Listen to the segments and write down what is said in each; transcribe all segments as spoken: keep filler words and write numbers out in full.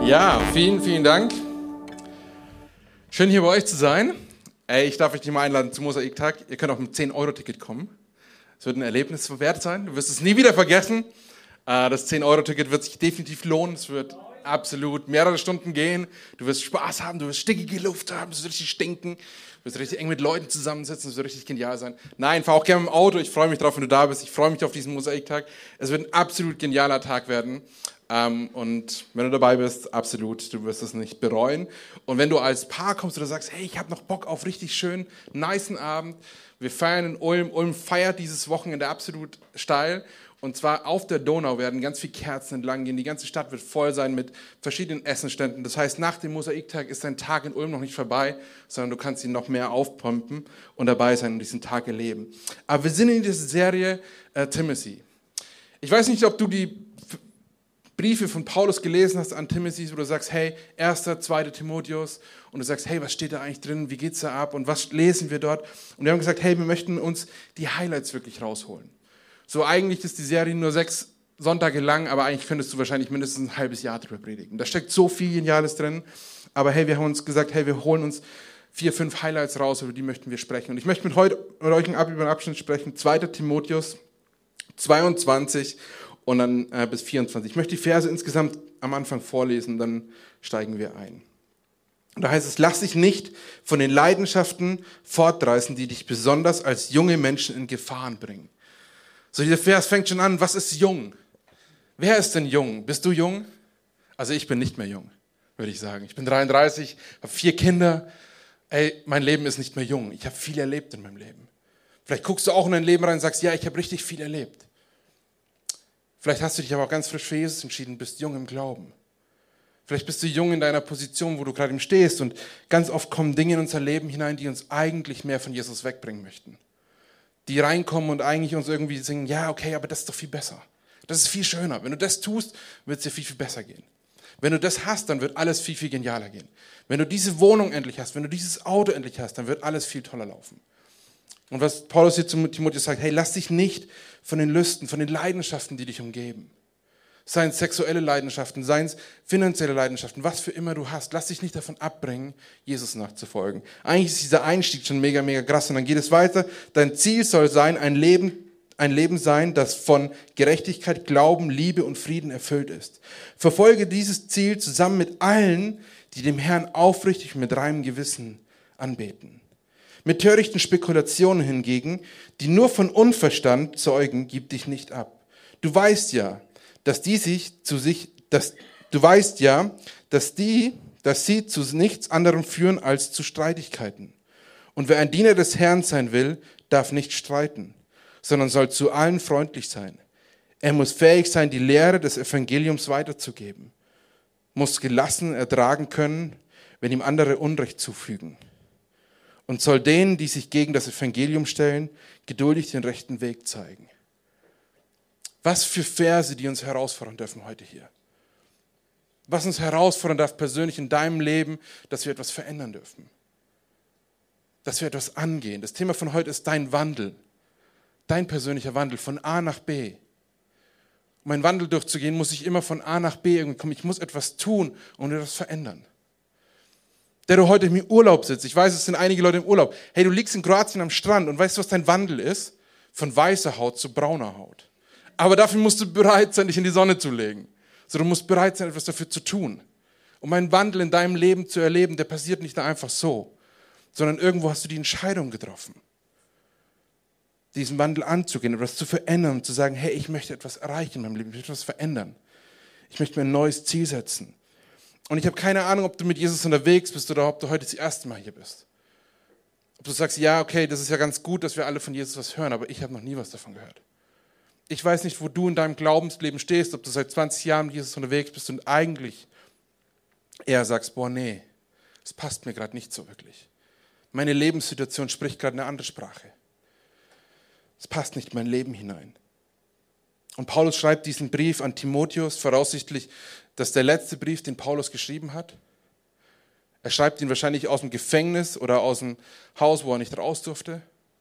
Ja, vielen, vielen Dank. Schön hier bei euch zu sein. Ey, ich darf euch nicht mal einladen zum Mosaiktag. Ihr könnt auch mit zehn Euro Ticket kommen. Es wird ein Erlebnis wert sein. Du wirst es nie wieder vergessen. Das zehn Euro Ticket wird sich definitiv lohnen. Es wird absolut mehrere Stunden gehen. Du wirst Spaß haben, du wirst stickige Luft haben, es wird richtig stinken. Du wirst richtig eng mit Leuten zusammensitzen, es wird richtig genial sein. Nein, fahr auch gerne im Auto. Ich freue mich drauf, wenn du da bist. Ich freue mich auf diesen Mosaiktag. Es wird ein absolut genialer Tag werden. Ähm, und wenn du dabei bist, absolut, du wirst es nicht bereuen. Und wenn du als Paar kommst oder sagst, hey, ich habe noch Bock auf richtig schön, nicen Abend. Wir feiern in Ulm. Ulm feiert dieses Wochenende absolut steil. Und zwar auf der Donau werden ganz viele Kerzen entlang gehen. Die ganze Stadt wird voll sein mit verschiedenen Essenständen. Das heißt, nach dem Mosaiktag ist dein Tag in Ulm noch nicht vorbei, sondern du kannst ihn noch mehr aufpumpen und dabei sein und diesen Tag erleben. Aber wir sind in dieser Serie äh, Timothy. Ich weiß nicht, ob du die Briefe von Paulus gelesen hast an Timothy, wo du sagst, hey, erster, zweiter Timotheus, und du sagst, hey, was steht da eigentlich drin, wie geht's da ab und was lesen wir dort? Und wir haben gesagt, hey, wir möchten uns die Highlights wirklich rausholen. So, eigentlich ist die Serie nur sechs Sonntage lang, aber eigentlich könntest du wahrscheinlich mindestens ein halbes Jahr drüber predigen. Da steckt so viel Geniales drin, aber hey, wir haben uns gesagt, hey, wir holen uns vier, fünf Highlights raus, über die möchten wir sprechen. Und ich möchte mit heute mit euch über einen Abschnitt sprechen, zweiter Timotheus zweiundzwanzig und dann äh, bis vierundzwanzig. Ich möchte die Verse insgesamt am Anfang vorlesen, dann steigen wir ein. Und da heißt es, lass dich nicht von den Leidenschaften fortreißen, die dich besonders als junge Menschen in Gefahren bringen. So, dieser Vers fängt schon an, was ist jung? Wer ist denn jung? Bist du jung? Also ich bin nicht mehr jung, würde ich sagen. Ich bin dreiunddreißig, habe vier Kinder. Ey, mein Leben ist nicht mehr jung. Ich habe viel erlebt in meinem Leben. Vielleicht guckst du auch in dein Leben rein und sagst, ja, ich habe richtig viel erlebt. Vielleicht hast du dich aber auch ganz frisch für Jesus entschieden, bist jung im Glauben. Vielleicht bist du jung in deiner Position, wo du gerade stehst und ganz oft kommen Dinge in unser Leben hinein, die uns eigentlich mehr von Jesus wegbringen möchten. Die reinkommen und eigentlich uns irgendwie singen, ja, okay, aber das ist doch viel besser. Das ist viel schöner. Wenn du das tust, wird es dir viel, viel besser gehen. Wenn du das hast, dann wird alles viel, viel genialer gehen. Wenn du diese Wohnung endlich hast, wenn du dieses Auto endlich hast, dann wird alles viel toller laufen. Und was Paulus hier zu Timotheus sagt, hey, lass dich nicht von den Lüsten, von den Leidenschaften, die dich umgeben. Seien es sexuelle Leidenschaften, seien es finanzielle Leidenschaften, was für immer du hast. Lass dich nicht davon abbringen, Jesus nachzufolgen. Eigentlich ist dieser Einstieg schon mega, mega krass. Und dann geht es weiter. Dein Ziel soll sein, ein Leben, ein Leben sein, das von Gerechtigkeit, Glauben, Liebe und Frieden erfüllt ist. Verfolge dieses Ziel zusammen mit allen, die dem Herrn aufrichtig und mit reinem Gewissen anbeten. Mit törichten Spekulationen hingegen, die nur von Unverstand zeugen, gib dich nicht ab. Du weißt ja, dass die sich zu sich, dass, du weißt ja, dass die, dass sie zu nichts anderem führen als zu Streitigkeiten. Und wer ein Diener des Herrn sein will, darf nicht streiten, sondern soll zu allen freundlich sein. Er muss fähig sein, die Lehre des Evangeliums weiterzugeben, muss gelassen ertragen können, wenn ihm andere Unrecht zufügen, und soll denen, die sich gegen das Evangelium stellen, geduldig den rechten Weg zeigen. Was für Verse, die uns herausfordern dürfen heute hier. Was uns herausfordern darf persönlich in deinem Leben, dass wir etwas verändern dürfen. Dass wir etwas angehen. Das Thema von heute ist dein Wandel. Dein persönlicher Wandel von A nach B. Um einen Wandel durchzugehen, muss ich immer von A nach B irgendwie kommen. Ich muss etwas tun und etwas verändern. Der du heute im Urlaub sitzt. Ich weiß, es sind einige Leute im Urlaub. Hey, du liegst in Kroatien am Strand und weißt du, was dein Wandel ist? Von weißer Haut zu brauner Haut. Aber dafür musst du bereit sein, dich in die Sonne zu legen. So, du musst bereit sein, etwas dafür zu tun. Um einen Wandel in deinem Leben zu erleben, der passiert nicht einfach so, sondern irgendwo hast du die Entscheidung getroffen, diesen Wandel anzugehen, etwas zu verändern und zu sagen, hey, ich möchte etwas erreichen in meinem Leben, ich möchte etwas verändern. Ich möchte mir ein neues Ziel setzen. Und ich habe keine Ahnung, ob du mit Jesus unterwegs bist oder ob du heute das erste Mal hier bist. Ob du sagst, ja, okay, das ist ja ganz gut, dass wir alle von Jesus was hören, aber ich habe noch nie was davon gehört. Ich weiß nicht, wo du in deinem Glaubensleben stehst, ob du seit zwanzig Jahren mit Jesus unterwegs bist und eigentlich eher sagst, boah, nee, es passt mir gerade nicht so wirklich. Meine Lebenssituation spricht gerade eine andere Sprache. Es passt nicht in mein Leben hinein. Und Paulus schreibt diesen Brief an Timotheus, voraussichtlich, das ist der letzte Brief, den Paulus geschrieben hat. Er schreibt ihn wahrscheinlich aus dem Gefängnis oder aus dem Haus, wo er nicht raus durfte.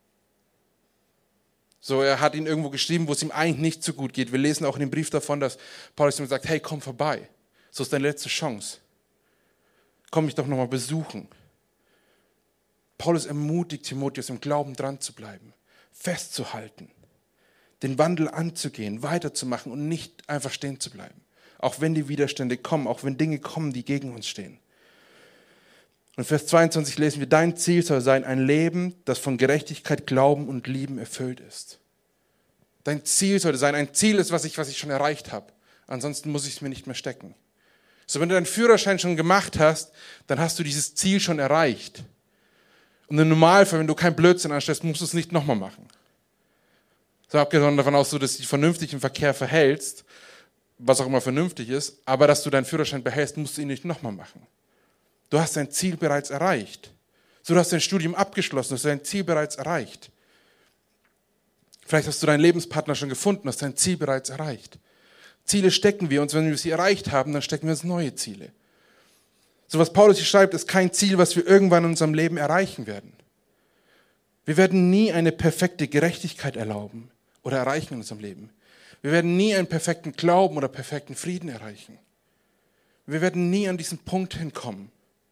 So, er hat ihn irgendwo geschrieben, wo es ihm eigentlich nicht so gut geht. Wir lesen auch in dem Brief davon, dass Paulus ihm sagt, hey, komm vorbei. So ist deine letzte Chance. Komm mich doch nochmal besuchen. Paulus ermutigt Timotheus, im Glauben dran zu bleiben, festzuhalten, den Wandel anzugehen, weiterzumachen und nicht einfach stehen zu bleiben. Auch wenn die Widerstände kommen, auch wenn Dinge kommen, die gegen uns stehen. Und Vers zweiundzwanzig lesen wir, dein Ziel soll sein, ein Leben, das von Gerechtigkeit, Glauben und Lieben erfüllt ist. Dein Ziel sollte sein, ein Ziel ist, was ich, was ich schon erreicht habe. Ansonsten muss ich es mir nicht mehr stecken. So, wenn du deinen Führerschein schon gemacht hast, dann hast du dieses Ziel schon erreicht. Und im Normalfall, wenn du keinen Blödsinn anstellst, musst du es nicht nochmal machen. So, abgesehen davon aus, dass du dich vernünftig im Verkehr verhältst, was auch immer vernünftig ist, aber dass du deinen Führerschein behältst, musst du ihn nicht nochmal machen. Du hast dein Ziel bereits erreicht. So, du hast dein Studium abgeschlossen, du hast dein Ziel bereits erreicht. Vielleicht hast du deinen Lebenspartner schon gefunden, hast dein Ziel bereits erreicht. Ziele stecken wir uns, wenn wir sie erreicht haben, dann stecken wir uns neue Ziele. So, was Paulus hier schreibt, ist kein Ziel, was wir irgendwann in unserem Leben erreichen werden. Wir werden nie eine perfekte Gerechtigkeit erlauben oder erreichen in unserem Leben. Wir werden nie einen perfekten Glauben oder perfekten Frieden erreichen. Wir werden nie an diesen Punkt hinkommen.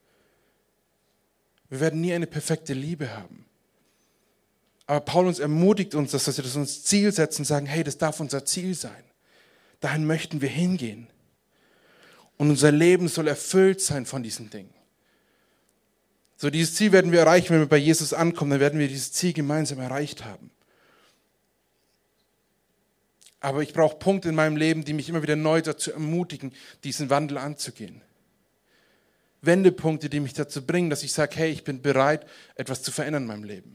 Wir werden nie eine perfekte Liebe haben. Aber Paulus ermutigt uns, dass wir das uns Ziel setzen und sagen, hey, das darf unser Ziel sein. Dahin möchten wir hingehen. Und unser Leben soll erfüllt sein von diesen Dingen. So, dieses Ziel werden wir erreichen, wenn wir bei Jesus ankommen, dann werden wir dieses Ziel gemeinsam erreicht haben. Aber ich brauche Punkte in meinem Leben, die mich immer wieder neu dazu ermutigen, diesen Wandel anzugehen. Wendepunkte, die mich dazu bringen, dass ich sage, hey, ich bin bereit, etwas zu verändern in meinem Leben.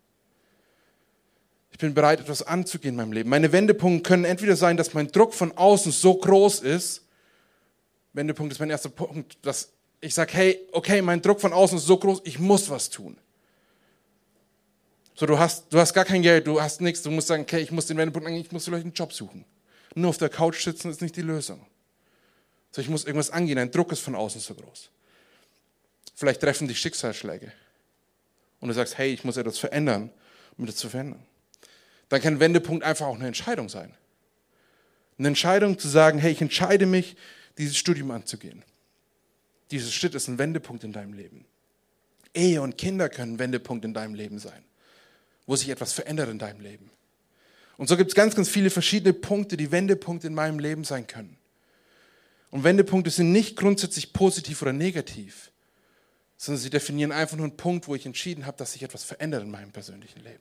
Ich bin bereit, etwas anzugehen in meinem Leben. Meine Wendepunkte können entweder sein, dass mein Druck von außen so groß ist. Wendepunkt ist mein erster Punkt, dass ich sage, hey, okay, mein Druck von außen ist so groß, ich muss was tun. So, du hast, du hast gar kein Geld, du hast nichts, du musst sagen, okay, ich muss den Wendepunkt angehen, ich muss vielleicht einen Job suchen. Nur auf der Couch sitzen ist nicht die Lösung. So, ich muss irgendwas angehen, ein Druck ist von außen so groß. Vielleicht treffen dich Schicksalsschläge. Und du sagst, hey, ich muss etwas verändern, um das zu verändern. Dann kann ein Wendepunkt einfach auch eine Entscheidung sein. Eine Entscheidung zu sagen, hey, ich entscheide mich, dieses Studium anzugehen. Dieser Schritt ist ein Wendepunkt in deinem Leben. Ehe und Kinder können ein Wendepunkt in deinem Leben sein, wo sich etwas verändert in deinem Leben. Und so gibt es ganz, ganz viele verschiedene Punkte, die Wendepunkte in meinem Leben sein können. Und Wendepunkte sind nicht grundsätzlich positiv oder negativ, sondern sie definieren einfach nur einen Punkt, wo ich entschieden habe, dass sich etwas verändert in meinem persönlichen Leben.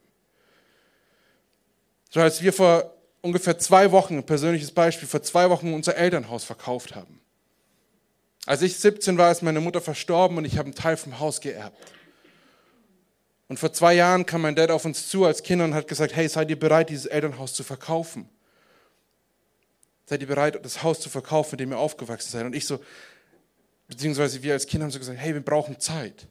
So, als wir vor ungefähr zwei Wochen, ein persönliches Beispiel, vor zwei Wochen unser Elternhaus verkauft haben. Als ich siebzehn war, ist meine Mutter verstorben und ich habe einen Teil vom Haus geerbt. Und vor zwei Jahren kam mein Dad auf uns zu als Kinder und hat gesagt, hey, seid ihr bereit, dieses Elternhaus zu verkaufen? Seid ihr bereit, das Haus zu verkaufen, in dem ihr aufgewachsen seid? Und ich so, beziehungsweise wir als Kinder haben so gesagt, hey, wir brauchen Zeit.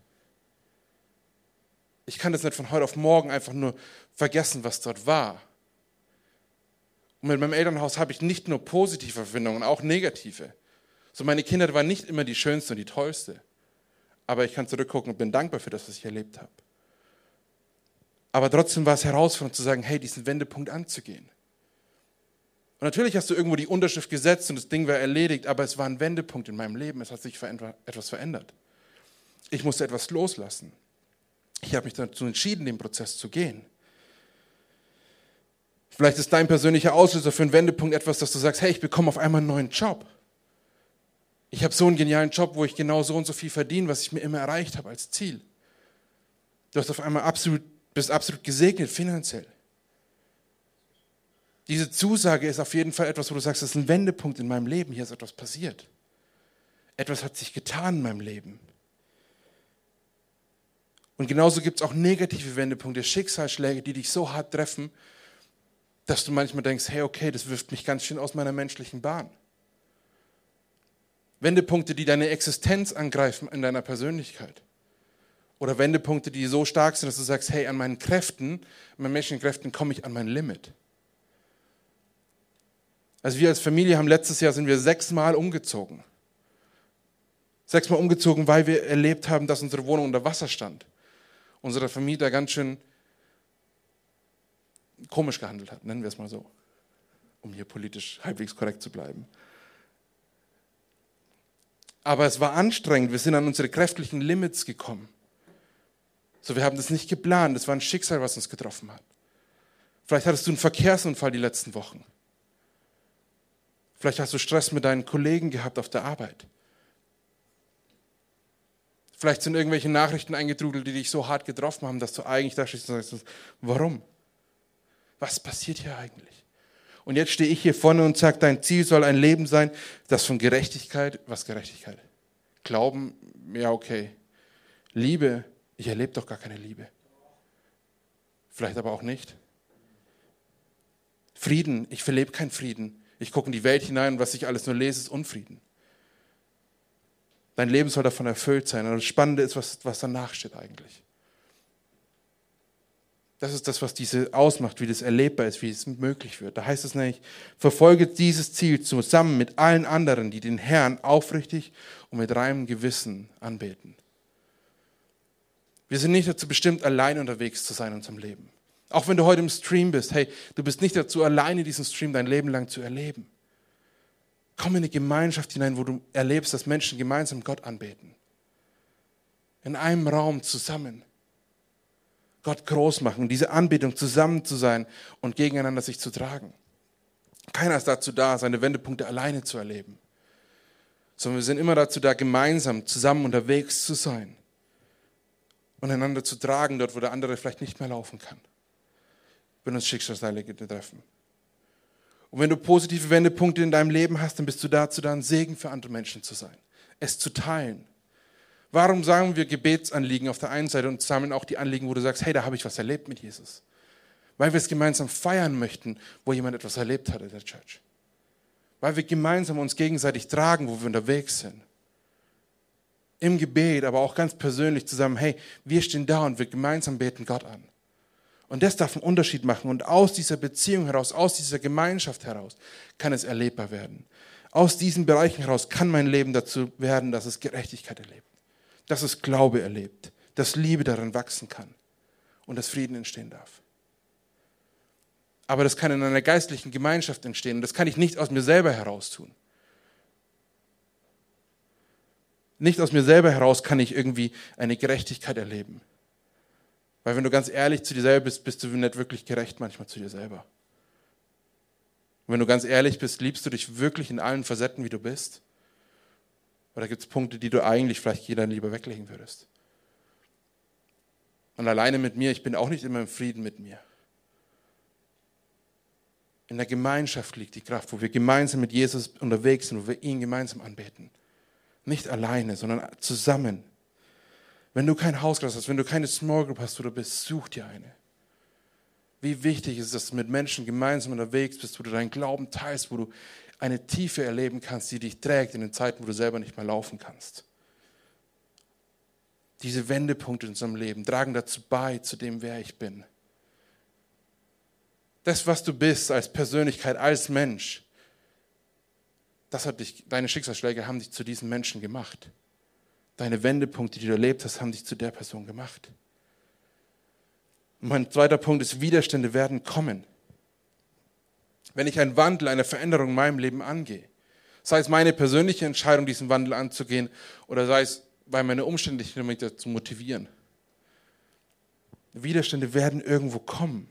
Ich kann das nicht von heute auf morgen einfach nur vergessen, was dort war. Und mit meinem Elternhaus habe ich nicht nur positive Verbindungen, auch negative. So, meine Kinder waren nicht immer die schönste und die tollste. Aber ich kann zurückgucken und bin dankbar für das, was ich erlebt habe. Aber trotzdem war es herausfordernd zu sagen, hey, diesen Wendepunkt anzugehen. Und natürlich hast du irgendwo die Unterschrift gesetzt und das Ding war erledigt, aber es war ein Wendepunkt in meinem Leben. Es hat sich etwas verändert. Ich musste etwas loslassen. Ich habe mich dazu entschieden, den Prozess zu gehen. Vielleicht ist dein persönlicher Auslöser für einen Wendepunkt etwas, dass du sagst, hey, ich bekomme auf einmal einen neuen Job. Ich habe so einen genialen Job, wo ich genau so und so viel verdiene, was ich mir immer erreicht habe als Ziel. Du hast auf einmal absolut, bist absolut gesegnet finanziell. Diese Zusage ist auf jeden Fall etwas, wo du sagst, das ist ein Wendepunkt in meinem Leben, hier ist etwas passiert. Etwas hat sich getan in meinem Leben. Und genauso gibt es auch negative Wendepunkte, Schicksalsschläge, die dich so hart treffen, dass du manchmal denkst, hey, okay, das wirft mich ganz schön aus meiner menschlichen Bahn. Wendepunkte, die deine Existenz angreifen in deiner Persönlichkeit. Oder Wendepunkte, die so stark sind, dass du sagst, hey, an meinen Kräften, an meinen menschlichen Kräften komme ich an mein Limit. Also wir als Familie haben letztes Jahr sind wir sechsmal umgezogen. Sechsmal umgezogen, weil wir erlebt haben, dass unsere Wohnung unter Wasser stand. Unser Vermieter ganz schön komisch gehandelt hat, nennen wir es mal so, um hier politisch halbwegs korrekt zu bleiben. Aber es war anstrengend, wir sind an unsere kräftigen Limits gekommen. So, wir haben das nicht geplant, das war ein Schicksal, was uns getroffen hat. Vielleicht hattest du einen Verkehrsunfall die letzten Wochen. Vielleicht hast du Stress mit deinen Kollegen gehabt auf der Arbeit. Vielleicht sind irgendwelche Nachrichten eingetrudelt, die dich so hart getroffen haben, dass du eigentlich da stehst und sagst, warum? Was passiert hier eigentlich? Und jetzt stehe ich hier vorne und sage, dein Ziel soll ein Leben sein, das von Gerechtigkeit, was Gerechtigkeit? Glauben, ja okay. Liebe, ich erlebe doch gar keine Liebe. Vielleicht aber auch nicht. Frieden, ich verlebe keinen Frieden. Ich gucke in die Welt hinein und was ich alles nur lese, ist Unfrieden. Dein Leben soll davon erfüllt sein. Und das Spannende ist, was, was danach steht eigentlich. Das ist das, was diese ausmacht, wie das erlebbar ist, wie es möglich wird. Da heißt es nämlich, verfolge dieses Ziel zusammen mit allen anderen, die den Herrn aufrichtig und mit reinem Gewissen anbeten. Wir sind nicht dazu bestimmt, allein unterwegs zu sein in unserem Leben. Auch wenn du heute im Stream bist, hey, du bist nicht dazu, alleine diesen Stream dein Leben lang zu erleben. Komm in eine Gemeinschaft hinein, wo du erlebst, dass Menschen gemeinsam Gott anbeten. In einem Raum zusammen. Gott groß machen, diese Anbetung zusammen zu sein und gegeneinander sich zu tragen. Keiner ist dazu da, seine Wendepunkte alleine zu erleben. Sondern wir sind immer dazu da, gemeinsam zusammen unterwegs zu sein. Und einander zu tragen, dort wo der andere vielleicht nicht mehr laufen kann. Wenn uns Schicksalsschläge treffen. Und wenn du positive Wendepunkte in deinem Leben hast, dann bist du dazu da, ein Segen für andere Menschen zu sein. Es zu teilen. Warum sagen wir Gebetsanliegen auf der einen Seite und sammeln auch die Anliegen, wo du sagst, hey, da habe ich was erlebt mit Jesus? Weil wir es gemeinsam feiern möchten, wo jemand etwas erlebt hat in der Church. Weil wir gemeinsam uns gegenseitig tragen, wo wir unterwegs sind. Im Gebet, aber auch ganz persönlich zusammen, hey, wir stehen da und wir gemeinsam beten Gott an. Und das darf einen Unterschied machen. Und aus dieser Beziehung heraus, aus dieser Gemeinschaft heraus, kann es erlebbar werden. Aus diesen Bereichen heraus kann mein Leben dazu werden, dass es Gerechtigkeit erlebt. Dass es Glaube erlebt. Dass Liebe darin wachsen kann. Und dass Frieden entstehen darf. Aber das kann in einer geistlichen Gemeinschaft entstehen. Und das kann ich nicht aus mir selber heraus tun. Nicht aus mir selber heraus kann ich irgendwie eine Gerechtigkeit erleben. Weil wenn du ganz ehrlich zu dir selber bist, bist du nicht wirklich gerecht manchmal zu dir selber. Und wenn du ganz ehrlich bist, liebst du dich wirklich in allen Facetten, wie du bist? Oder gibt es Punkte, die du eigentlich vielleicht jeder lieber weglegen würdest? Und alleine mit mir, ich bin auch nicht immer im Frieden mit mir. In der Gemeinschaft liegt die Kraft, wo wir gemeinsam mit Jesus unterwegs sind, wo wir ihn gemeinsam anbeten. Nicht alleine, sondern zusammen. Wenn du kein Hauskreis hast, wenn du keine Small Group hast, wo du bist, such dir eine. Wie wichtig ist es, dass du mit Menschen gemeinsam unterwegs bist, wo du deinen Glauben teilst, wo du eine Tiefe erleben kannst, die dich trägt in den Zeiten, wo du selber nicht mehr laufen kannst. Diese Wendepunkte in unserem Leben tragen dazu bei, zu dem, wer ich bin. Das, was du bist als Persönlichkeit, als Mensch, das hat dich, deine Schicksalsschläge haben dich zu diesen Menschen gemacht. Deine Wendepunkte, die du erlebt hast, haben dich zu der Person gemacht. Und mein zweiter Punkt ist, Widerstände werden kommen. Wenn ich einen Wandel, eine Veränderung in meinem Leben angehe, sei es meine persönliche Entscheidung, diesen Wandel anzugehen, oder sei es, weil meine Umstände mich dazu motivieren. Widerstände werden irgendwo kommen.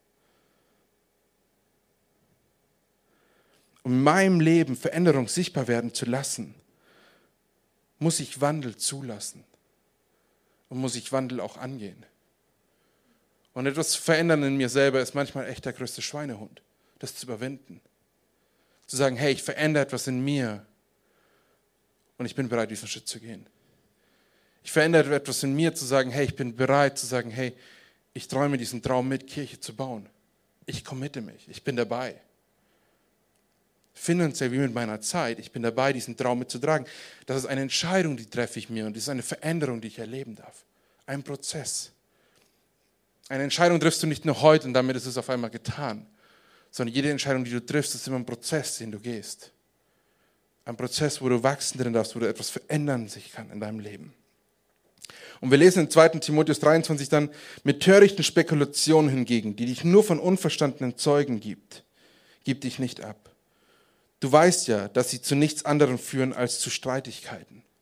Um in meinem Leben Veränderung sichtbar werden zu lassen, muss ich Wandel zulassen und muss ich Wandel auch angehen. Und etwas zu verändern in mir selber ist manchmal echt der größte Schweinehund, das zu überwinden. Zu sagen, hey, ich verändere etwas in mir und ich bin bereit, diesen Schritt zu gehen. Ich verändere etwas in mir, zu sagen, hey, ich bin bereit zu sagen, hey, ich träume diesen Traum mit, Kirche zu bauen. Ich committe mich, ich bin dabei. Finanziell wie mit meiner Zeit, ich bin dabei, diesen Traum mitzutragen. Das ist eine Entscheidung, die treffe ich mir und das ist eine Veränderung, die ich erleben darf. Ein Prozess. Eine Entscheidung triffst du nicht nur heute und damit ist es auf einmal getan, sondern jede Entscheidung, die du triffst, ist immer ein Prozess, den du gehst. Ein Prozess, wo du wachsen drin darfst, wo du etwas verändern sich kann in deinem Leben. Und wir lesen in zweiten Timotheus dreiundzwanzig dann, mit törichten Spekulationen hingegen, die dich nur von unverstandenen Zeugen gibt, gib dich nicht ab. Du weißt ja, dass sie zu nichts anderem führen als zu Streitigkeiten.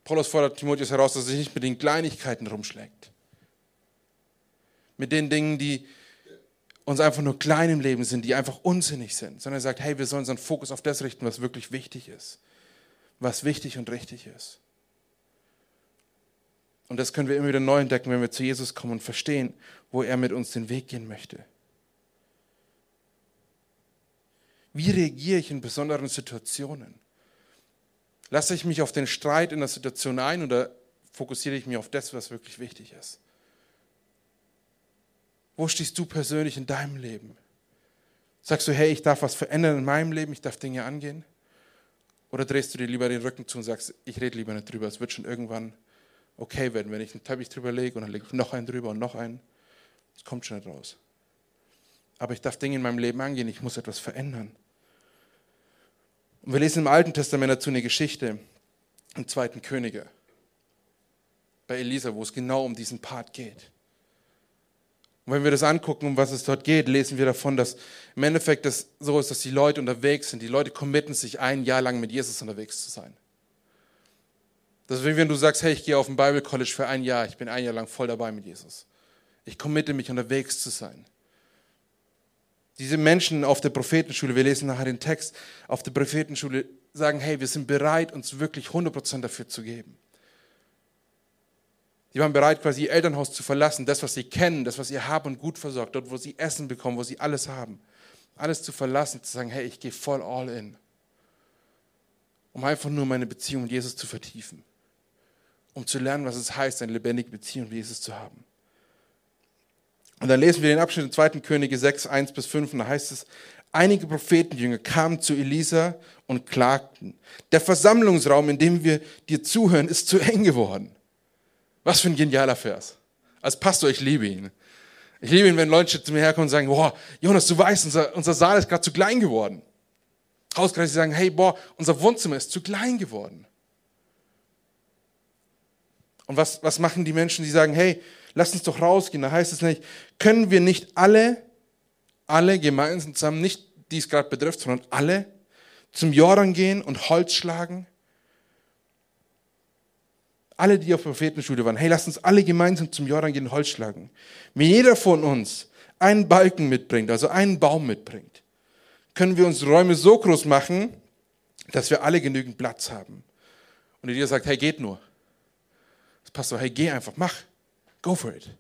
Paulus fordert Timotheus heraus, dass er sich nicht mit den Kleinigkeiten rumschlägt. Mit den Dingen, die uns einfach nur klein im Leben sind, die einfach unsinnig sind. Sondern er sagt, hey, wir sollen unseren Fokus auf das richten, was wirklich wichtig ist. Was wichtig und richtig ist. Und das können wir immer wieder neu entdecken, wenn wir zu Jesus kommen und verstehen, wo er mit uns den Weg gehen möchte. Wie reagiere ich in besonderen Situationen? Lasse ich mich auf den Streit in der Situation ein oder fokussiere ich mich auf das, was wirklich wichtig ist? Wo stehst du persönlich in deinem Leben? Sagst du, hey, ich darf was verändern in meinem Leben, ich darf Dinge angehen? Oder drehst du dir lieber den Rücken zu und sagst, ich rede lieber nicht drüber, es wird schon irgendwann okay werden, wenn ich einen Teppich drüber lege und dann lege ich noch einen drüber und noch einen. Es kommt schon nicht raus. Aber ich darf Dinge in meinem Leben angehen, ich muss etwas verändern. Und wir lesen im Alten Testament dazu eine Geschichte im zweiten Könige bei Elisa, wo es genau um diesen Part geht. Und wenn wir das angucken, um was es dort geht, lesen wir davon, dass im Endeffekt das so ist, dass die Leute unterwegs sind. Die Leute committen sich, ein Jahr lang mit Jesus unterwegs zu sein. Das ist wie wenn du sagst, hey, ich gehe auf ein Bible College für ein Jahr, ich bin ein Jahr lang voll dabei mit Jesus. Ich committe mich, unterwegs zu sein. Diese Menschen auf der Prophetenschule, wir lesen nachher den Text, auf der Prophetenschule sagen, hey, wir sind bereit, uns wirklich hundert Prozent dafür zu geben. Die waren bereit, quasi ihr Elternhaus zu verlassen, das, was sie kennen, das, was ihr Hab und Gut versorgt, dort, wo sie Essen bekommen, wo sie alles haben. Alles zu verlassen, zu sagen, hey, ich gehe voll all in. Um einfach nur meine Beziehung mit Jesus zu vertiefen. Um zu lernen, was es heißt, eine lebendige Beziehung mit Jesus zu haben. Und dann lesen wir den Abschnitt in zweiten Könige sechs, eins bis fünf, und da heißt es, einige Prophetenjünger kamen zu Elisa und klagten, der Versammlungsraum, in dem wir dir zuhören, ist zu eng geworden. Was für ein genialer Vers. Als Pastor, ich liebe ihn. Ich liebe ihn, wenn Leute zu mir herkommen und sagen, boah, Jonas, du weißt, unser, unser Saal ist gerade zu klein geworden. Hauskreise sagen, hey, boah, unser Wohnzimmer ist zu klein geworden. Und was, was machen die Menschen, die sagen, hey, lass uns doch rausgehen. Da heißt es nicht, können wir nicht alle, alle gemeinsam zusammen, nicht die es gerade betrifft, sondern alle, zum Jordan gehen und Holz schlagen? Alle, die auf der Prophetenschule waren, hey, lasst uns alle gemeinsam zum Jordan gehen und Holz schlagen. Wenn jeder von uns einen Balken mitbringt, also einen Baum mitbringt, können wir uns Räume so groß machen, dass wir alle genügend Platz haben. Und Elia sagt, hey, geht nur. Das Pastor, hey, geh einfach, mach. Go for it.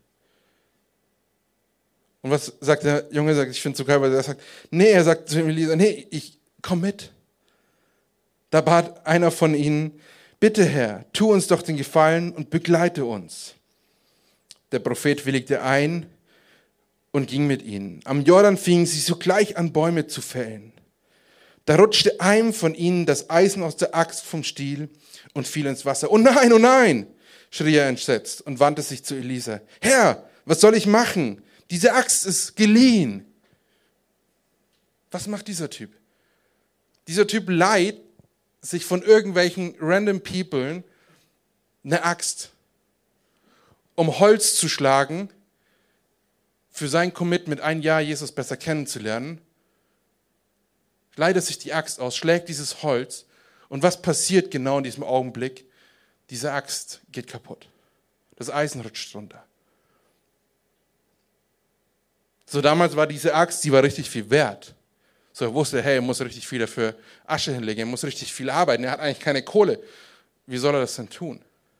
Und was sagt der Junge? Sagt, ich finde es so geil, weil er sagt, nee, er sagt zu Elisa, nee, ich komm mit. Da bat einer von ihnen, bitte Herr, tu uns doch den Gefallen und begleite uns. Der Prophet willigte ein und ging mit ihnen. Am Jordan fingen sie sogleich an, Bäume zu fällen. Da rutschte einem von ihnen das Eisen aus der Axt vom Stiel und fiel ins Wasser. Oh nein, oh nein, schrie er entsetzt und wandte sich zu Elisa. Herr, was soll ich machen? Diese Axt ist geliehen. Was macht dieser Typ? Dieser Typ leiht sich von irgendwelchen random People eine Axt, um Holz zu schlagen, für sein Commitment, ein Jahr Jesus besser kennenzulernen, leitet sich die Axt aus, schlägt dieses Holz, und was passiert genau in diesem Augenblick? Diese Axt geht kaputt. Das Eisen rutscht runter. So, damals war diese Axt, die war richtig viel wert. So, er wusste, hey, er muss richtig viel dafür Asche hinlegen, er muss richtig viel arbeiten, er hat eigentlich keine Kohle. Wie soll er das denn tun?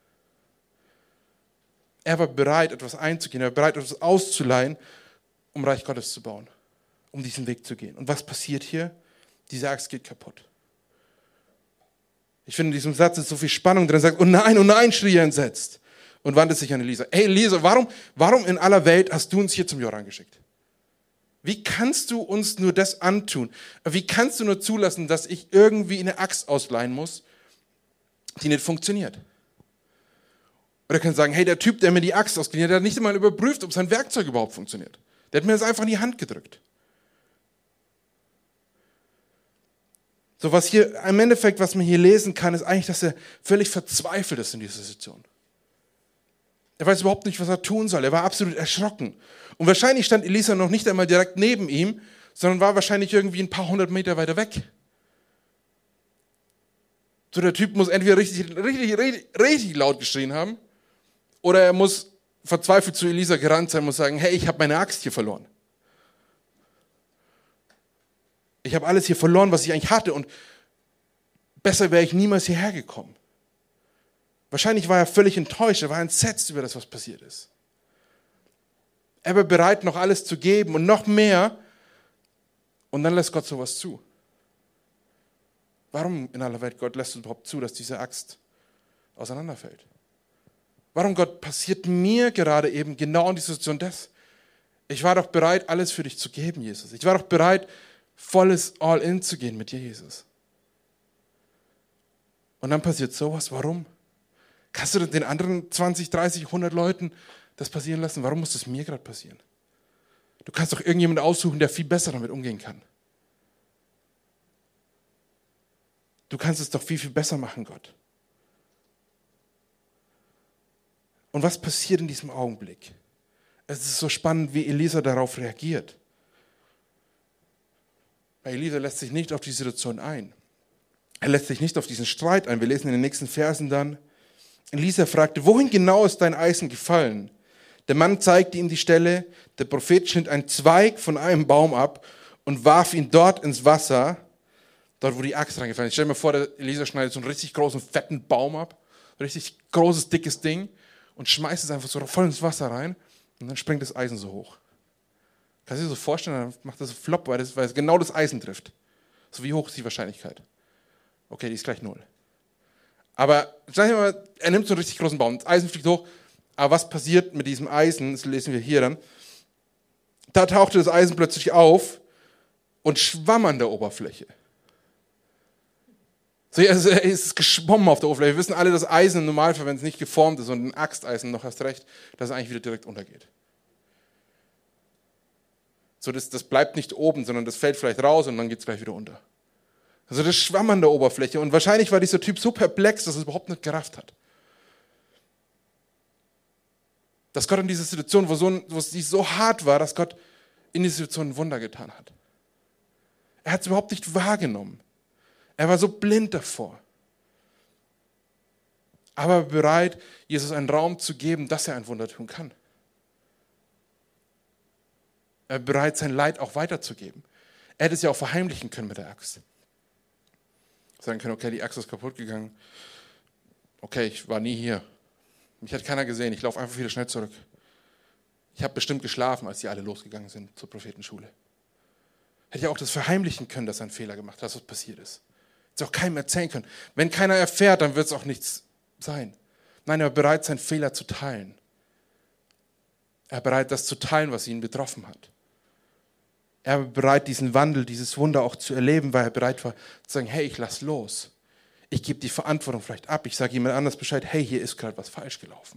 Er war bereit, etwas einzugehen, er war bereit, etwas auszuleihen, um Reich Gottes zu bauen, um diesen Weg zu gehen. Und was passiert hier? Diese Axt geht kaputt. Ich finde, in diesem Satz ist so viel Spannung drin. Er sagt, oh nein, oh nein, schrie er entsetzt und wandte sich an Elisa. Hey Elisa, warum, warum in aller Welt hast du uns hier zum Jordan geschickt? Wie kannst du uns nur das antun? Wie kannst du nur zulassen, dass ich irgendwie eine Axt ausleihen muss, die nicht funktioniert? Oder kann sagen, hey, der Typ, der mir die Axt ausgeliehen hat, der hat nicht einmal überprüft, ob sein Werkzeug überhaupt funktioniert. Der hat mir das einfach in die Hand gedrückt. So, was hier, im Endeffekt, was man hier lesen kann, ist eigentlich, dass er völlig verzweifelt ist in dieser Situation. Er weiß überhaupt nicht, was er tun soll. Er war absolut erschrocken. Und wahrscheinlich stand Elisa noch nicht einmal direkt neben ihm, sondern war wahrscheinlich irgendwie ein paar hundert Meter weiter weg. So, der Typ muss entweder richtig, richtig, richtig, richtig laut geschrien haben oder er muss verzweifelt zu Elisa gerannt sein und muss sagen, hey, ich habe meine Axt hier verloren. Ich habe alles hier verloren, was ich eigentlich hatte und besser wäre ich niemals hierher gekommen. Wahrscheinlich war er völlig enttäuscht, er war entsetzt über das, was passiert ist. Er war bereit, noch alles zu geben und noch mehr und dann lässt Gott sowas zu. Warum in aller Welt, Gott, lässt du überhaupt zu, dass diese Axt auseinanderfällt? Warum, Gott, passiert mir gerade eben genau in dieser Situation das? Ich war doch bereit, alles für dich zu geben, Jesus. Ich war doch bereit, volles All-In zu gehen mit dir, Jesus. Und dann passiert sowas. Warum? Kannst du den anderen zwanzig, dreißig, hundert Leuten das passieren lassen? Warum muss das mir gerade passieren? Du kannst doch irgendjemanden aussuchen, der viel besser damit umgehen kann. Du kannst es doch viel, viel besser machen, Gott. Und was passiert in diesem Augenblick? Es ist so spannend, wie Elisa darauf reagiert. Weil Elisa lässt sich nicht auf die Situation ein. Er lässt sich nicht auf diesen Streit ein. Wir lesen in den nächsten Versen dann. Elisa fragte, wohin genau ist dein Eisen gefallen? Der Mann zeigte ihm die Stelle. Der Prophet schnitt einen Zweig von einem Baum ab und warf ihn dort ins Wasser, dort wo die Axt reingefallen ist. Stell dir mal vor, der Elisa schneidet so einen richtig großen, fetten Baum ab, ein richtig großes, dickes Ding und schmeißt es einfach so voll ins Wasser rein und dann springt das Eisen so hoch. Kannst du dir so vorstellen, dann macht das so flop, weil, das, weil es genau das Eisen trifft. So, wie hoch ist die Wahrscheinlichkeit? Okay, die ist gleich null. Aber sag ich mal, er nimmt so einen richtig großen Baum, das Eisen fliegt hoch, aber was passiert mit diesem Eisen, das lesen wir hier dann, da tauchte das Eisen plötzlich auf und schwamm an der Oberfläche. So, es ist geschwommen auf der Oberfläche. Wir wissen alle, dass Eisen im Normalfall, wenn es nicht geformt ist und ein Axteisen noch erst recht, dass es eigentlich wieder direkt untergeht. So, das, das bleibt nicht oben, sondern das fällt vielleicht raus und dann geht es gleich wieder unter. Also das schwamm an der Oberfläche und wahrscheinlich war dieser Typ so perplex, dass er es überhaupt nicht gerafft hat. Dass Gott in dieser Situation, wo, so, wo es so hart war, dass Gott in dieser Situation ein Wunder getan hat. Er hat es überhaupt nicht wahrgenommen. Er war so blind davor. Aber bereit, Jesus einen Raum zu geben, dass er ein Wunder tun kann. Er war bereit, sein Leid auch weiterzugeben. Er hätte es ja auch verheimlichen können mit der Axt. Sagen können, okay, die Axt ist kaputt gegangen. Okay, ich war nie hier. Mich hat keiner gesehen, ich laufe einfach wieder schnell zurück. Ich habe bestimmt geschlafen, als die alle losgegangen sind zur Prophetenschule. Hätte ja auch das verheimlichen können, dass er einen Fehler gemacht hat, dass was passiert ist. Hätte es auch keinem erzählen können. Wenn keiner erfährt, dann wird es auch nichts sein. Nein, er war bereit, seinen Fehler zu teilen. Er war bereit, das zu teilen, was ihn betroffen hat. Er war bereit, diesen Wandel, dieses Wunder auch zu erleben, weil er bereit war zu sagen, hey, ich lass los. Ich gebe die Verantwortung vielleicht ab. Ich sage jemand anders Bescheid, hey, hier ist gerade was falsch gelaufen.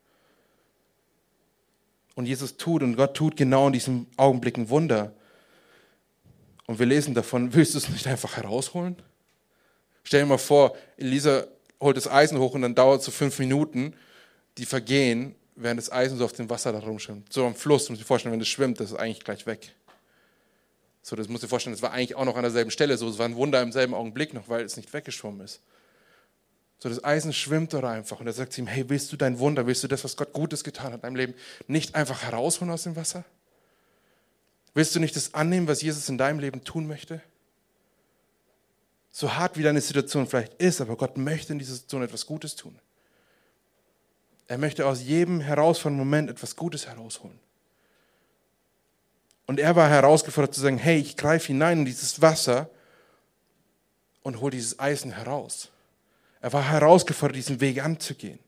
Und Jesus tut und Gott tut genau in diesem Augenblick ein Wunder. Und wir lesen davon, willst du es nicht einfach herausholen? Stell dir mal vor, Elisa holt das Eisen hoch und dann dauert es so fünf Minuten, die vergehen, während das Eisen so auf dem Wasser da rumschwimmt. So am Fluss, muss ich dir vorstellen, wenn das schwimmt, das ist eigentlich gleich weg. So, das musst du dir vorstellen, das war eigentlich auch noch an derselben Stelle so, es war ein Wunder im selben Augenblick noch, weil es nicht weggeschwommen ist. So, das Eisen schwimmt da einfach und er sagt zu ihm, hey, willst du dein Wunder, willst du das, was Gott Gutes getan hat in deinem Leben, nicht einfach herausholen aus dem Wasser? Willst du nicht das annehmen, was Jesus in deinem Leben tun möchte? So hart wie deine Situation vielleicht ist, aber Gott möchte in dieser Situation etwas Gutes tun. Er möchte aus jedem herausfordernden Moment etwas Gutes herausholen. Und er war herausgefordert zu sagen, hey, ich greife hinein in dieses Wasser und hole dieses Eisen heraus. Er war herausgefordert, diesen Weg anzugehen.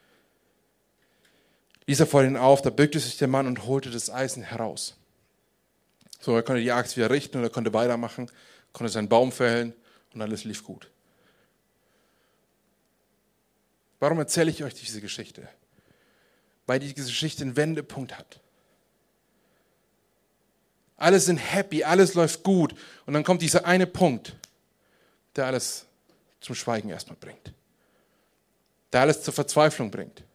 Ließ er vor ihn auf, da bückte sich der Mann und holte das Eisen heraus. So, er konnte die Axt wieder richten und er konnte weitermachen, konnte seinen Baum fällen und alles lief gut. Warum erzähle ich euch diese Geschichte? Weil diese Geschichte einen Wendepunkt hat. Alle sind happy, alles läuft gut. Und dann kommt dieser eine Punkt, der alles zum Schweigen erstmal bringt. Der alles zur Verzweiflung bringt.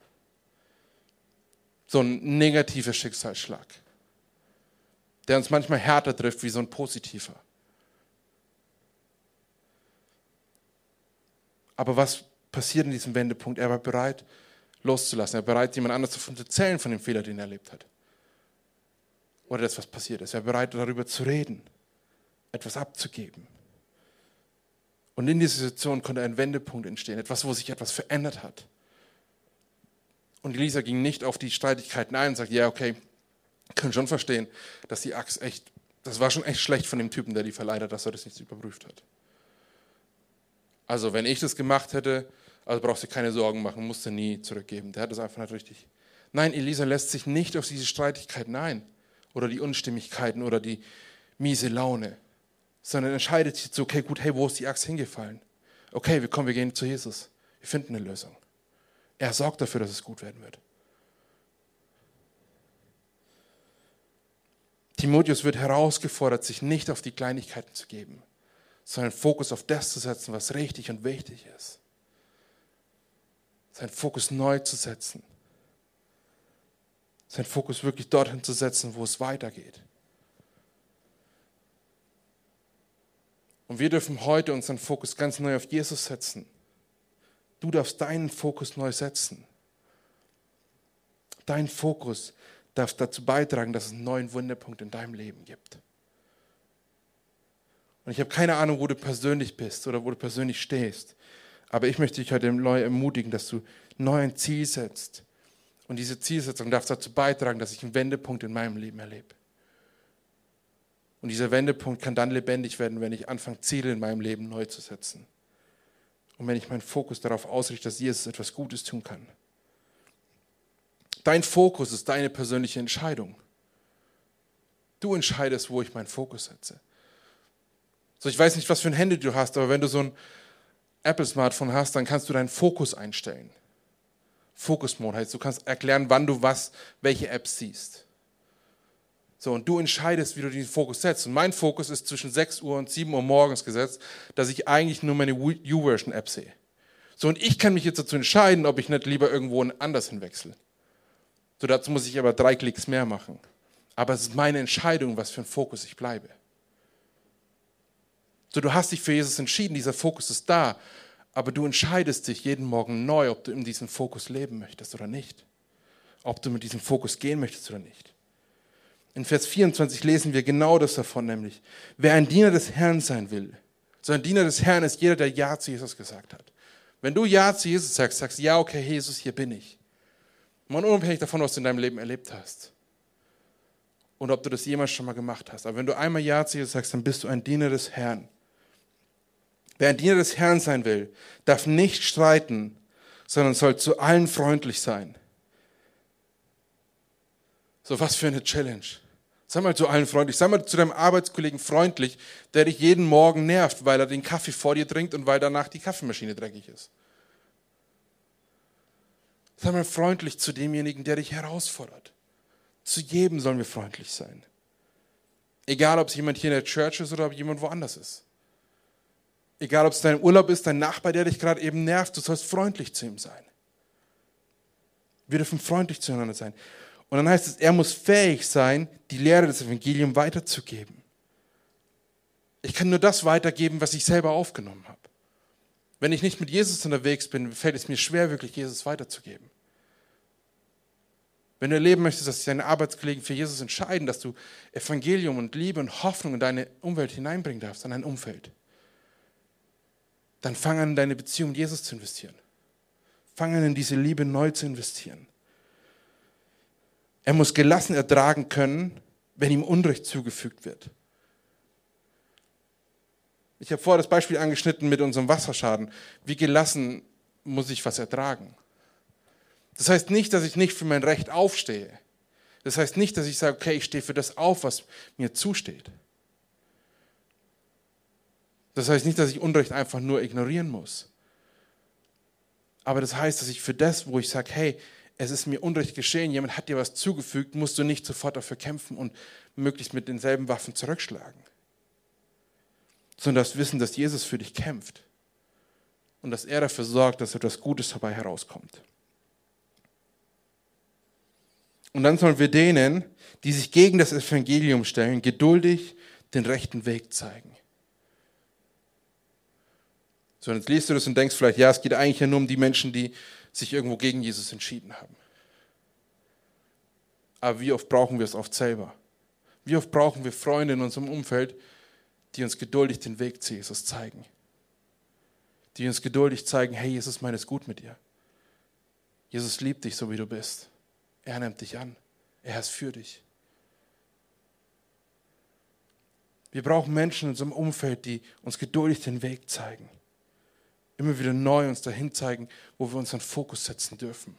So ein negativer Schicksalsschlag, der uns manchmal härter trifft wie so ein positiver. Aber was passiert in diesem Wendepunkt? Er war bereit, loszulassen. Er war bereit, jemand anders davon zu erzählen, von dem Fehler, den er erlebt hat. Oder das, was passiert ist. Er war bereit, darüber zu reden, etwas abzugeben. Und in dieser Situation konnte ein Wendepunkt entstehen, etwas, wo sich etwas verändert hat. Und Elisa ging nicht auf die Streitigkeiten ein und sagt, ja, okay, ich kann schon verstehen, dass die Axt echt, das war schon echt schlecht von dem Typen, der die verleiht hat, dass er das nicht überprüft hat. Also wenn ich das gemacht hätte, also brauchst du keine Sorgen machen, musst du nie zurückgeben. Der hat das einfach nicht richtig. Nein, Elisa lässt sich nicht auf diese Streitigkeiten ein oder die Unstimmigkeiten oder die miese Laune, sondern entscheidet sich so, okay, gut, hey, wo ist die Axt hingefallen? Okay, wir kommen, wir gehen zu Jesus. Wir finden eine Lösung. Er sorgt dafür, dass es gut werden wird. Timotheus wird herausgefordert, sich nicht auf die Kleinigkeiten zu geben, sondern Fokus auf das zu setzen, was richtig und wichtig ist. Seinen Fokus neu zu setzen. Seinen Fokus wirklich dorthin zu setzen, wo es weitergeht. Und wir dürfen heute unseren Fokus ganz neu auf Jesus setzen. Du darfst deinen Fokus neu setzen. Dein Fokus darf dazu beitragen, dass es einen neuen Wendepunkt in deinem Leben gibt. Und ich habe keine Ahnung, wo du persönlich bist oder wo du persönlich stehst. Aber ich möchte dich heute neu ermutigen, dass du neu ein Ziel setzt. Und diese Zielsetzung darf dazu beitragen, dass ich einen Wendepunkt in meinem Leben erlebe. Und dieser Wendepunkt kann dann lebendig werden, wenn ich anfange, Ziele in meinem Leben neu zu setzen. Und wenn ich meinen Fokus darauf ausrichte, dass Jesus etwas Gutes tun kann. Dein Fokus ist deine persönliche Entscheidung. Du entscheidest, wo ich meinen Fokus setze. So, ich weiß nicht, was für ein Handy du hast, aber wenn du so ein Apple-Smartphone hast, dann kannst du deinen Fokus einstellen. Fokus-Mode heißt, du kannst erklären, wann du was, welche Apps siehst. So, und du entscheidest, wie du den Fokus setzt. Und mein Fokus ist zwischen sechs Uhr und sieben Uhr morgens gesetzt, dass ich eigentlich nur meine YouVersion-App sehe. So, und ich kann mich jetzt dazu entscheiden, ob ich nicht lieber irgendwo anders hinwechsle. So, dazu muss ich aber drei Klicks mehr machen. Aber es ist meine Entscheidung, was für ein Fokus ich bleibe. So, du hast dich für Jesus entschieden, dieser Fokus ist da, aber du entscheidest dich jeden Morgen neu, ob du in diesem Fokus leben möchtest oder nicht. Ob du mit diesem Fokus gehen möchtest oder nicht. In Vers vierundzwanzig lesen wir genau das davon, nämlich, wer ein Diener des Herrn sein will, so ein Diener des Herrn ist jeder, der Ja zu Jesus gesagt hat. Wenn du Ja zu Jesus sagst, sagst du, ja, okay, Jesus, hier bin ich. Mal unabhängig davon, was du in deinem Leben erlebt hast. Und ob du das jemals schon mal gemacht hast. Aber wenn du einmal Ja zu Jesus sagst, dann bist du ein Diener des Herrn. Wer ein Diener des Herrn sein will, darf nicht streiten, sondern soll zu allen freundlich sein. So, was für eine Challenge. Sei mal zu allen freundlich. Sei mal zu deinem Arbeitskollegen freundlich, der dich jeden Morgen nervt, weil er den Kaffee vor dir trinkt und weil danach die Kaffeemaschine dreckig ist. Sei mal freundlich zu demjenigen, der dich herausfordert. Zu jedem sollen wir freundlich sein. Egal, ob es jemand hier in der Church ist oder ob jemand woanders ist. Egal, ob es dein Urlaub ist, dein Nachbar, der dich gerade eben nervt, du sollst freundlich zu ihm sein. Wir dürfen freundlich zueinander sein. Und dann heißt es, er muss fähig sein, die Lehre des Evangeliums weiterzugeben. Ich kann nur das weitergeben, was ich selber aufgenommen habe. Wenn ich nicht mit Jesus unterwegs bin, fällt es mir schwer, wirklich Jesus weiterzugeben. Wenn du erleben möchtest, dass sich deine Arbeitskollegen für Jesus entscheiden, dass du Evangelium und Liebe und Hoffnung in deine Umwelt hineinbringen darfst, in dein Umfeld, dann fang an, in deine Beziehung mit Jesus zu investieren. Fang an, in diese Liebe neu zu investieren. Er muss gelassen ertragen können, wenn ihm Unrecht zugefügt wird. Ich habe vorher das Beispiel angeschnitten mit unserem Wasserschaden. Wie gelassen muss ich was ertragen? Das heißt nicht, dass ich nicht für mein Recht aufstehe. Das heißt nicht, dass ich sage, okay, ich stehe für das auf, was mir zusteht. Das heißt nicht, dass ich Unrecht einfach nur ignorieren muss. Aber das heißt, dass ich für das, wo ich sage, hey, es ist mir Unrecht geschehen, jemand hat dir was zugefügt, musst du nicht sofort dafür kämpfen und möglichst mit denselben Waffen zurückschlagen. Sondern du darfst wissen, dass Jesus für dich kämpft und dass er dafür sorgt, dass etwas Gutes dabei herauskommt. Und dann sollen wir denen, die sich gegen das Evangelium stellen, geduldig den rechten Weg zeigen. So, jetzt liest du das und denkst vielleicht, ja, es geht eigentlich ja nur um die Menschen, die sich irgendwo gegen Jesus entschieden haben. Aber wie oft brauchen wir es oft selber? Wie oft brauchen wir Freunde in unserem Umfeld, die uns geduldig den Weg zu Jesus zeigen? Die uns geduldig zeigen, hey, Jesus meint es gut mit dir. Jesus liebt dich, so wie du bist. Er nimmt dich an. Er ist für dich. Wir brauchen Menschen in unserem Umfeld, die uns geduldig den Weg zeigen. Immer wieder neu uns dahin zeigen, wo wir unseren Fokus setzen dürfen.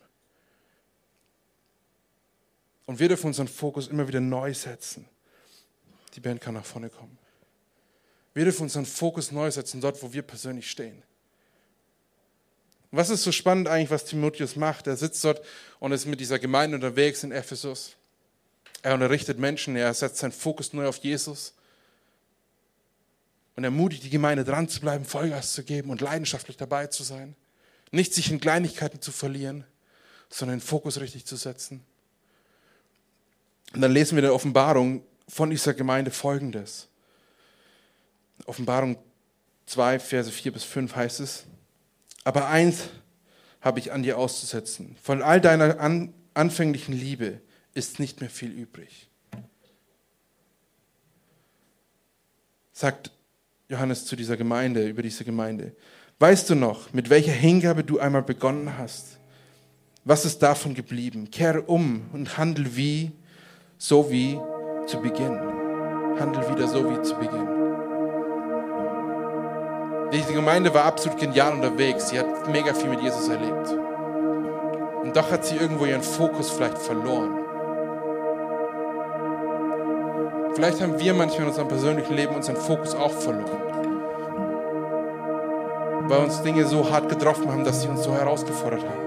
Und wir dürfen unseren Fokus immer wieder neu setzen. Die Band kann nach vorne kommen. Wir dürfen unseren Fokus neu setzen, dort, wo wir persönlich stehen. Und was ist so spannend eigentlich, was Timotheus macht? Er sitzt dort und ist mit dieser Gemeinde unterwegs in Ephesus. Er unterrichtet Menschen, er setzt seinen Fokus neu auf Jesus. Und ermutigt die Gemeinde, dran zu bleiben, Vollgas zu geben und leidenschaftlich dabei zu sein. Nicht sich in Kleinigkeiten zu verlieren, sondern den Fokus richtig zu setzen. Und dann lesen wir in der Offenbarung von dieser Gemeinde Folgendes. Offenbarung zwei, Verse vier bis fünf heißt es: Aber eins habe ich an dir auszusetzen. Von all deiner an, anfänglichen Liebe ist nicht mehr viel übrig. Sagt Johannes zu dieser Gemeinde, über diese Gemeinde: Weißt du noch, mit welcher Hingabe du einmal begonnen hast? Was ist davon geblieben? Kehre um und handel wie, so wie zu Beginn. Handel wieder so wie zu Beginn. Diese Gemeinde war absolut genial unterwegs. Sie hat mega viel mit Jesus erlebt. Und doch hat sie irgendwo ihren Fokus vielleicht verloren. Vielleicht haben wir manchmal in unserem persönlichen Leben unseren Fokus auch verloren. Weil uns Dinge so hart getroffen haben, dass sie uns so herausgefordert haben.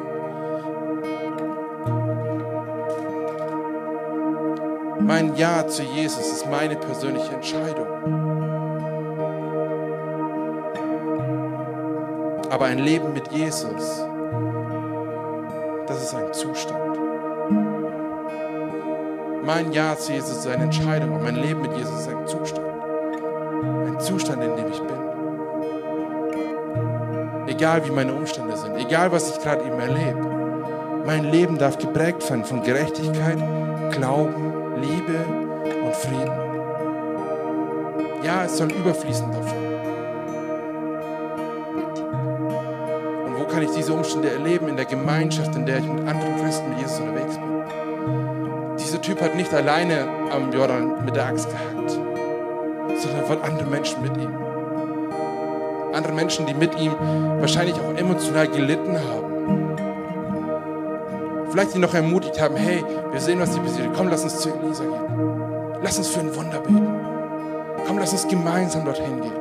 Mein Ja zu Jesus ist meine persönliche Entscheidung. Aber ein Leben mit Jesus, das ist ein Zustand. Mein Ja zu Jesus ist eine Entscheidung und mein Leben mit Jesus ist ein Zustand. Ein Zustand, in dem ich bin. Egal wie meine Umstände sind, egal was ich gerade eben erlebe. Mein Leben darf geprägt sein von Gerechtigkeit, Glauben, Liebe und Frieden. Ja, es soll überfließen davon. Und wo kann ich diese Umstände erleben? In der Gemeinschaft, in der ich mit anderen Christen, mit Jesus unterwegs bin. Dieser Typ hat nicht alleine am Jordan mit der Axt gehackt, sondern von anderen Menschen mit ihm. Andere Menschen, die mit ihm wahrscheinlich auch emotional gelitten haben. Vielleicht die noch ermutigt haben, hey, wir sehen, was dir passiert. Komm, lass uns zu Elisa gehen. Lass uns für ein Wunder beten. Komm, lass uns gemeinsam dorthin gehen.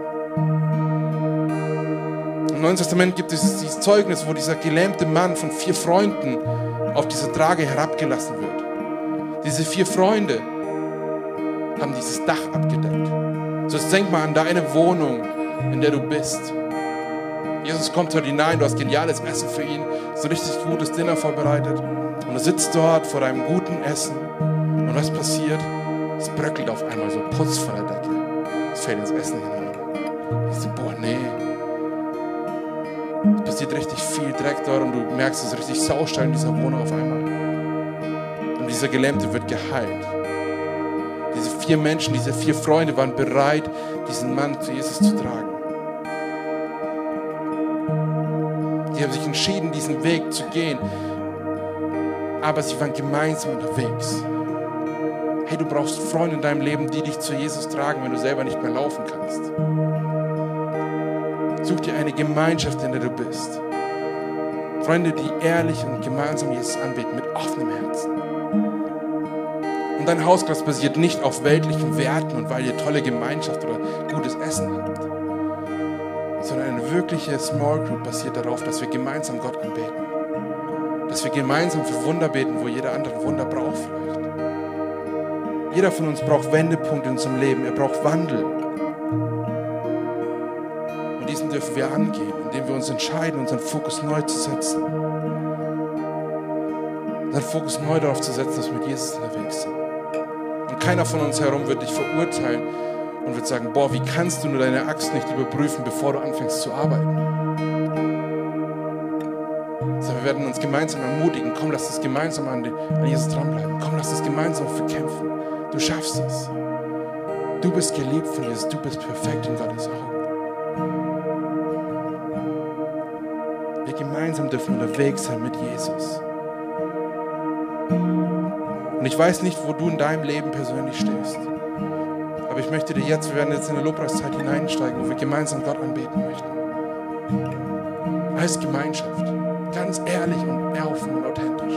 Im Neuen Testament gibt es dieses Zeugnis, wo dieser gelähmte Mann von vier Freunden auf diese Trage herabgelassen wird. Diese vier Freunde haben dieses Dach abgedeckt. So, jetzt denk mal an deine Wohnung, in der du bist. Jesus kommt dort hinein, du hast geniales Essen für ihn, so ein richtig gutes Dinner vorbereitet. Und du sitzt dort vor deinem guten Essen. Und was passiert? Es bröckelt auf einmal so Putz von der Decke. Es fällt ins Essen hinein. Ich so, boah, nee. Es passiert richtig viel Dreck dort und du merkst, es ist richtig Saustall in dieser Wohnung auf einmal. Und dieser Gelähmte wird geheilt. Diese vier Menschen, diese vier Freunde waren bereit, diesen Mann zu Jesus zu tragen. Die haben sich entschieden, diesen Weg zu gehen. Aber sie waren gemeinsam unterwegs. Hey, du brauchst Freunde in deinem Leben, die dich zu Jesus tragen, wenn du selber nicht mehr laufen kannst. Such dir eine Gemeinschaft, in der du bist. Freunde, die ehrlich und gemeinsam Jesus anbeten, mit offenem Herzen. Und dein Hauskreis basiert nicht auf weltlichen Werten und weil ihr tolle Gemeinschaft oder gutes Essen habt, sondern eine wirkliche Small Group basiert darauf, dass wir gemeinsam Gott anbeten. Dass wir gemeinsam für Wunder beten, wo jeder andere Wunder braucht vielleicht. Jeder von uns braucht Wendepunkte in unserem Leben. Er braucht Wandel. Und diesen dürfen wir angehen, indem wir uns entscheiden, unseren Fokus neu zu setzen. Unseren Fokus neu darauf zu setzen, dass wir mit Jesus unterwegs sind. Und keiner von uns herum wird dich verurteilen und wird sagen, boah, wie kannst du nur deine Axt nicht überprüfen, bevor du anfängst zu arbeiten? Sondern wir werden uns gemeinsam ermutigen, komm, lass uns gemeinsam an, die, an Jesus dranbleiben. Komm, lass uns gemeinsam verkämpfen. Du schaffst es. Du bist geliebt von Jesus, du bist perfekt in Gottes Augen. Wir gemeinsam dürfen unterwegs sein mit Jesus. Und ich weiß nicht, wo du in deinem Leben persönlich stehst. Aber ich möchte dir jetzt, wir werden jetzt in eine Lobpreiszeit hineinsteigen, wo wir gemeinsam Gott anbeten möchten. Als Gemeinschaft. Ganz ehrlich und offen und authentisch.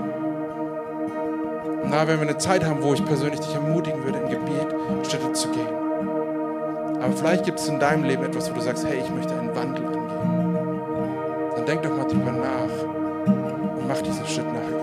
Und da werden wir eine Zeit haben, wo ich persönlich dich ermutigen würde, im Gebet Schritte zu gehen. Aber vielleicht gibt es in deinem Leben etwas, wo du sagst, hey, ich möchte einen Wandel angehen. Dann denk doch mal drüber nach und mach diesen Schritt nach